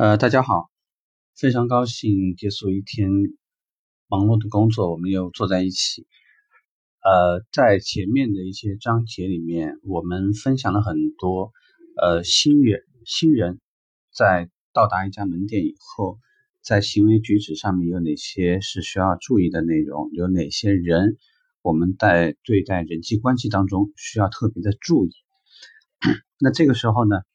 大家好，非常高兴结束一天忙碌的工作，我们又坐在一起。在前面的一些章节里面，我们分享了很多新人在到达一家门店以后，在行为举止上面有哪些是需要注意的内容，有哪些人我们在对待人际关系当中需要特别的注意。那这个时候呢，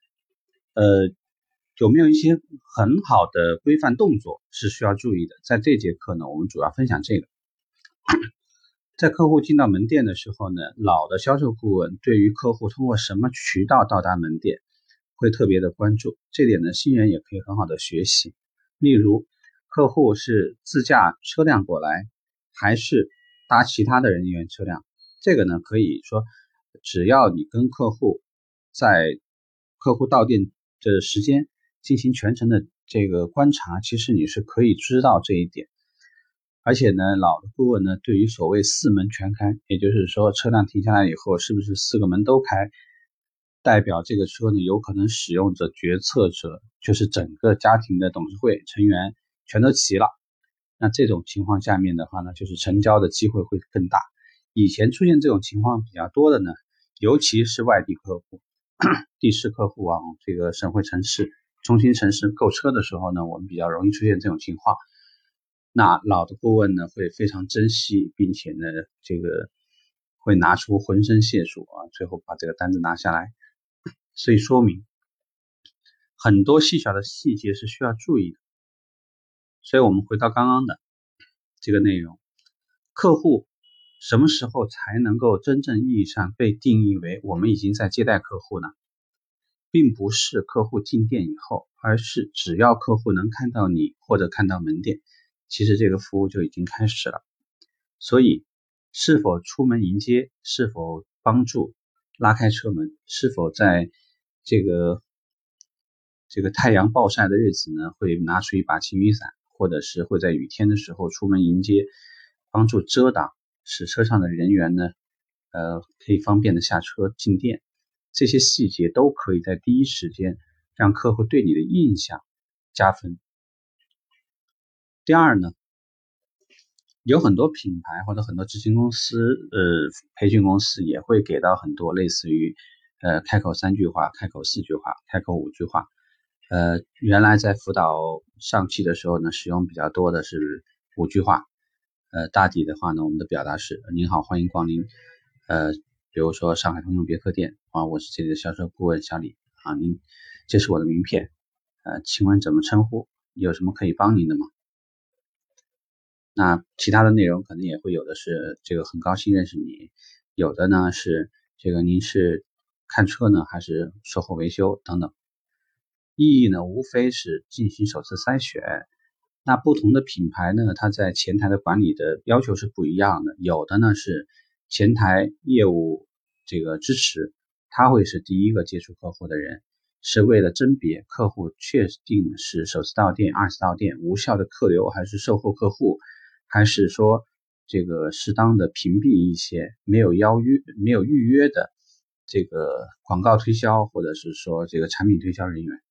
有没有一些很好的规范动作是需要注意的？在这节课呢，我们主要分享这个。在客户进到门店的时候呢，老的销售顾问对于客户通过什么渠道到达门店会特别的关注，这点呢，新人也可以很好的学习。例如，客户是自驾车辆过来，还是搭其他的人员车辆，这个呢，可以说只要你跟客户在客户到店的时间进行全程的这个观察，其实你是可以知道这一点。而且呢，老的顾问呢，对于所谓四门全开，也就是说车辆停下来以后，是不是四个门都开，代表这个车呢有可能使用者、决策者，就是整个家庭的董事会成员全都齐了。那这种情况下面的话呢，就是成交的机会会更大。以前出现这种情况比较多的呢，尤其是外地客户、地市客户往这个省会城市、中心城市购车的时候呢，我们比较容易出现这种情况。那老的顾问呢，会非常珍惜，并且呢，这个会拿出浑身解数啊，最后把这个单子拿下来。所以说明很多细小的细节是需要注意的。所以我们回到刚刚的这个内容，客户什么时候才能够真正意义上被定义为我们已经在接待客户呢？并不是客户进店以后，而是只要客户能看到你或者看到门店，其实这个服务就已经开始了。所以是否出门迎接，是否帮助拉开车门，是否在这个太阳暴晒的日子呢，会拿出一把晴雨伞，或者是会在雨天的时候出门迎接，帮助遮挡，使车上的人员呢可以方便的下车进店。这些细节都可以在第一时间让客户对你的印象加分。第二呢，有很多品牌或者很多咨询公司、培训公司也会给到很多类似于开口3句话、开口4句话、开口5句话。原来在辅导上期的时候呢，使用比较多的是5句话。大抵的话呢，我们的表达是：您好，欢迎光临。比如说上海通用别克店啊，我是这里的销售顾问小李啊，这是我的名片。请问怎么称呼？有什么可以帮您的吗？那其他的内容可能也会有的是这个很高兴认识你，有的呢是这个您是看车呢还是售后维修等等。意义呢无非是进行首次筛选。那不同的品牌呢，它在前台的管理的要求是不一样的，有的呢是前台业务这个支持，他会是第一个接触客户的人，是为了甄别客户确定是首次到店、2次到店无效的客流，还是售后客户，还是说这个适当的屏蔽一些没有预约的这个广告推销，或者是说这个产品推销人员。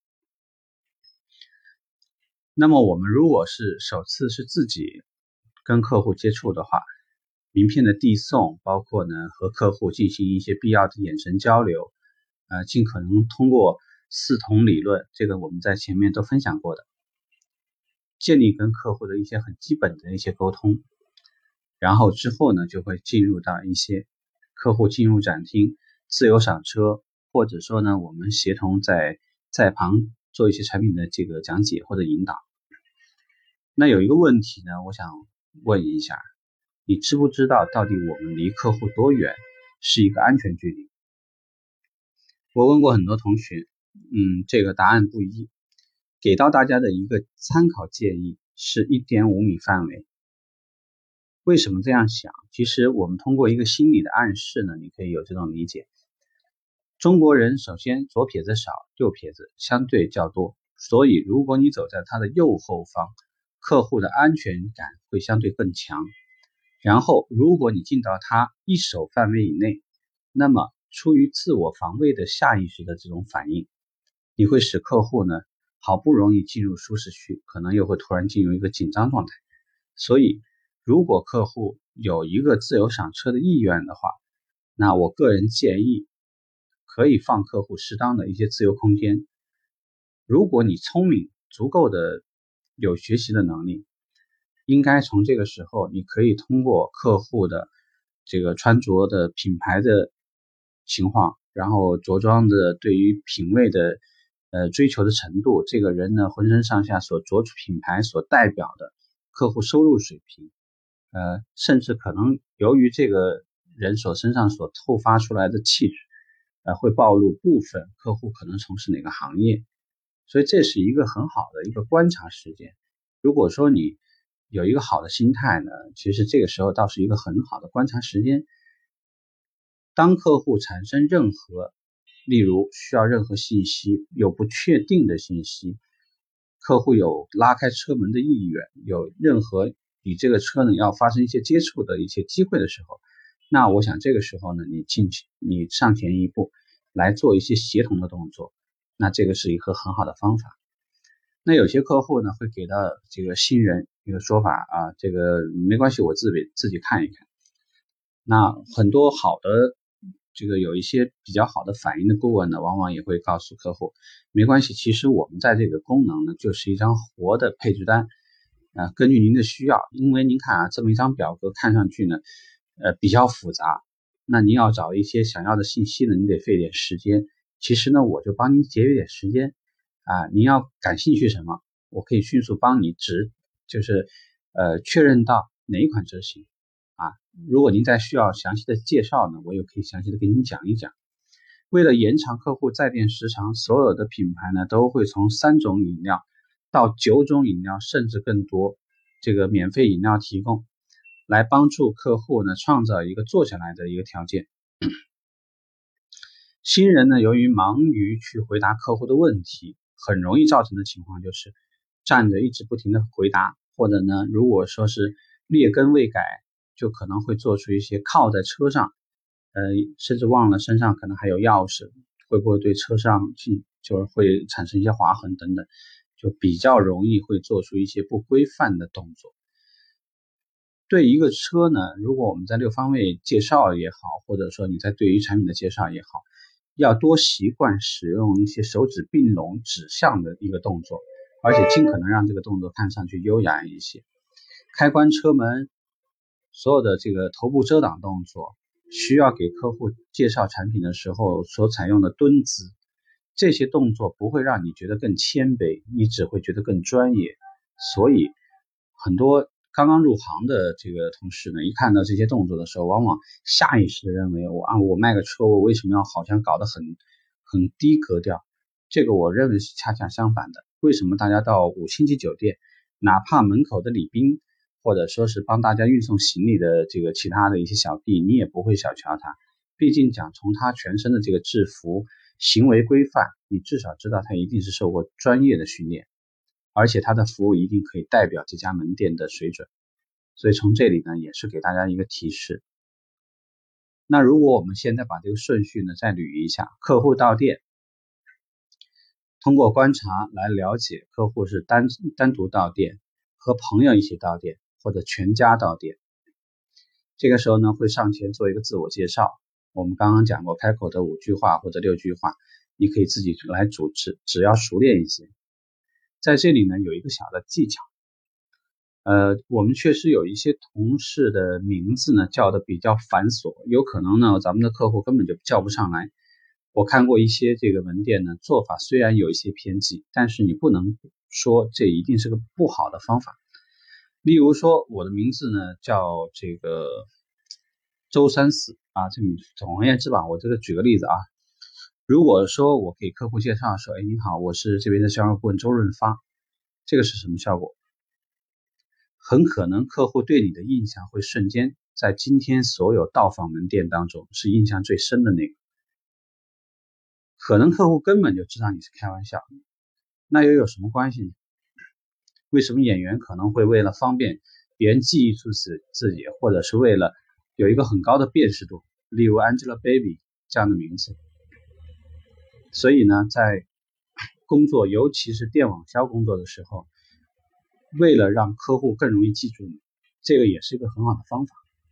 那么我们如果是首次是自己跟客户接触的话，名片的递送，包括呢和客户进行一些必要的眼神交流，尽可能通过4同理论，这个我们在前面都分享过的，建立跟客户的一些很基本的一些沟通，然后之后呢就会进入到一些客户进入展厅自由赏车，或者说呢我们协同在旁做一些产品的这个讲解或者引导。那有一个问题呢，我想问一下，你知不知道到底我们离客户多远是一个安全距离？我问过很多同学，这个答案不一，给到大家的一个参考建议是1.5米范围。为什么这样想？其实我们通过一个心理的暗示呢，你可以有这种理解。中国人首先左撇子少，右撇子相对较多，所以如果你走在他的右后方，客户的安全感会相对更强。然后如果你进到他1手范围以内，那么出于自我防卫的下意识的这种反应，你会使客户呢好不容易进入舒适区，可能又会突然进入一个紧张状态。所以如果客户有一个自由赏车的意愿的话，那我个人建议可以放客户适当的一些自由空间。如果你聪明，足够的有学习的能力，应该从这个时候你可以通过客户的这个穿着的品牌的情况，然后着装的对于品味的追求的程度，这个人呢浑身上下所着品牌所代表的客户收入水平，甚至可能由于这个人身上所透发出来的气质，会暴露部分客户可能从事哪个行业。所以这是一个很好的一个观察时间。如果说你有一个好的心态呢，其实这个时候倒是一个很好的观察时间。当客户产生任何，例如需要任何信息，有不确定的信息，客户有拉开车门的意愿，有任何与这个车呢要发生一些接触的一些机会的时候，那我想这个时候呢，你上前一步来做一些协同的动作，那这个是一个很好的方法。那有些客户呢会给到这个新人一个说法啊，这个没关系，我自己看一看。那很多好的这个有一些比较好的反应的顾问呢，往往也会告诉客户，没关系，其实我们在这个功能呢就是一张活的配置单，根据您的需要，因为您看啊，这么一张表格看上去呢比较复杂，那您要找一些想要的信息呢，你得费点时间。其实呢，我就帮您节约点时间啊，您要感兴趣什么，我可以迅速帮你确认到哪一款车型啊。如果您再需要详细的介绍呢，我也可以详细的给您讲一讲。为了延长客户在店时长，所有的品牌呢都会从3种饮料到9种饮料，甚至更多这个免费饮料提供，来帮助客户呢创造一个坐下来的一个条件。新人呢由于忙于去回答客户的问题，很容易造成的情况就是站着一直不停的回答，或者呢如果说是劣根未改，就可能会做出一些靠在车上，甚至忘了身上可能还有钥匙，会不会对车上就是会产生一些划痕等等，就比较容易会做出一些不规范的动作。对一个车呢，如果我们在6方位介绍也好，或者说你在对于产品的介绍也好，要多习惯使用一些手指并拢指向的一个动作，而且尽可能让这个动作看上去优雅一些。开关车门，所有的这个头部遮挡动作，需要给客户介绍产品的时候所采用的蹲姿，这些动作不会让你觉得更谦卑，你只会觉得更专业。所以很多刚刚入行的这个同事呢，一看到这些动作的时候，往往下意识的认为我卖个车，我为什么要好像搞得很低格调？这个我认为是恰恰相反的。为什么大家到5星级酒店，哪怕门口的礼宾，或者说是帮大家运送行李的这个其他的一些小弟，你也不会小瞧他。毕竟讲从他全身的这个制服、行为规范，你至少知道他一定是受过专业的训练，而且他的服务一定可以代表这家门店的水准。所以从这里呢，也是给大家一个提示。那如果我们现在把这个顺序呢再捋一下，客户到店，通过观察来了解客户是单独到店，和朋友一起到店，或者全家到店。这个时候呢，会上前做一个自我介绍。我们刚刚讲过，开口的5句话或者6句话，你可以自己来组织，只要熟练一些。在这里呢，有一个小的技巧。我们确实有一些同事的名字呢叫的比较繁琐，有可能呢咱们的客户根本就叫不上来。我看过一些这个门店呢，做法虽然有一些偏激，但是你不能说这一定是个不好的方法。例如说我的名字呢叫这个周三四啊，这总而言之吧，我这个举个例子啊，如果说我给客户介绍说，你好，我是这边的销售顾问周润发，这个是什么效果？很可能客户对你的印象会瞬间在今天所有到访门店当中是印象最深的那个。可能客户根本就知道你是开玩笑，那又有什么关系呢？为什么演员可能会为了方便别人记忆住自己，或者是为了有一个很高的辨识度，例如 Angelababy 这样的名字？所以呢，在工作，尤其是电网销工作的时候，为了让客户更容易记住你，这个也是一个很好的方法。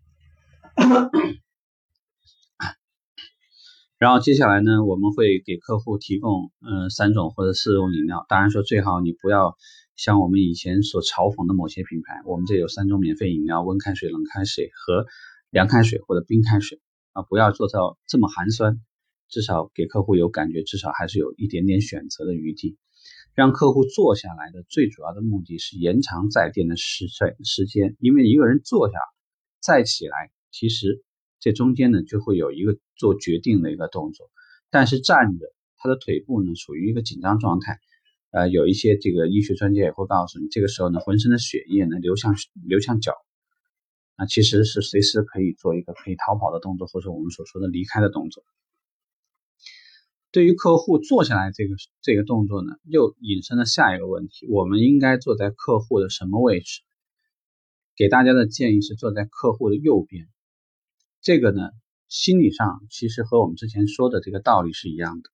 然后接下来呢，我们会给客户提供3种或者4种饮料。当然说最好你不要像我们以前所嘲讽的某些品牌，我们这有3种免费饮料：温开水、冷开水和凉开水或者冰开水啊，不要做到这么寒酸，至少给客户有感觉，至少还是有一点点选择的余地。让客户坐下来的最主要的目的是延长在店的时间，因为一个人坐下再起来，其实这中间呢就会有一个做决定的一个动作，但是站着他的腿部呢处于一个紧张状态，有一些这个医学专家也会告诉你，这个时候呢浑身的血液呢流向脚，其实是随时可以做一个可以逃跑的动作，或者我们所说的离开的动作。对于客户坐下来这个动作呢，又引申了下一个问题，我们应该坐在客户的什么位置？给大家的建议是坐在客户的右边。这个呢，心理上其实和我们之前说的这个道理是一样的。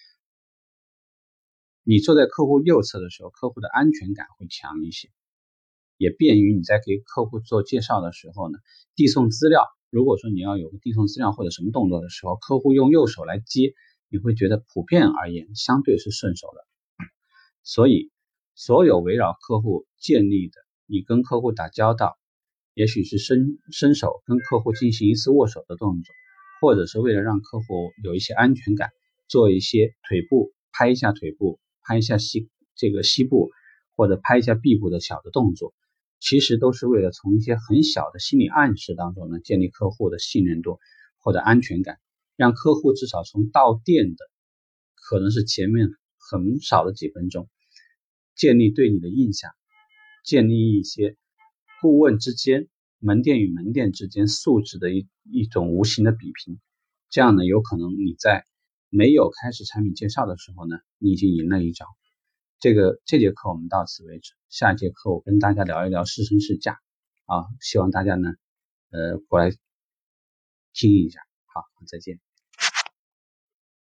你坐在客户右侧的时候，客户的安全感会强一些，也便于你在给客户做介绍的时候呢，递送资料。如果说你要有个递送资料或者什么动作的时候，客户用右手来接，你会觉得普遍而言相对是顺手的。所以所有围绕客户建立的，你跟客户打交道，也许是伸手跟客户进行一次握手的动作，或者是为了让客户有一些安全感，做一些腿部，拍一下腿部，拍一下膝部，或者拍一下臂部的小的动作，其实都是为了从一些很小的心理暗示当中呢，建立客户的信任度或者安全感，让客户至少从到店的可能是前面很少的几分钟，建立对你的印象，建立一些顾问之间、门店与门店之间素质的一种无形的比拼。这样呢，有可能你在没有开始产品介绍的时候呢，你已经赢了一招。这节课我们到此为止，下一节课我跟大家聊一聊试乘试驾啊，希望大家呢过来听一下。好，再见。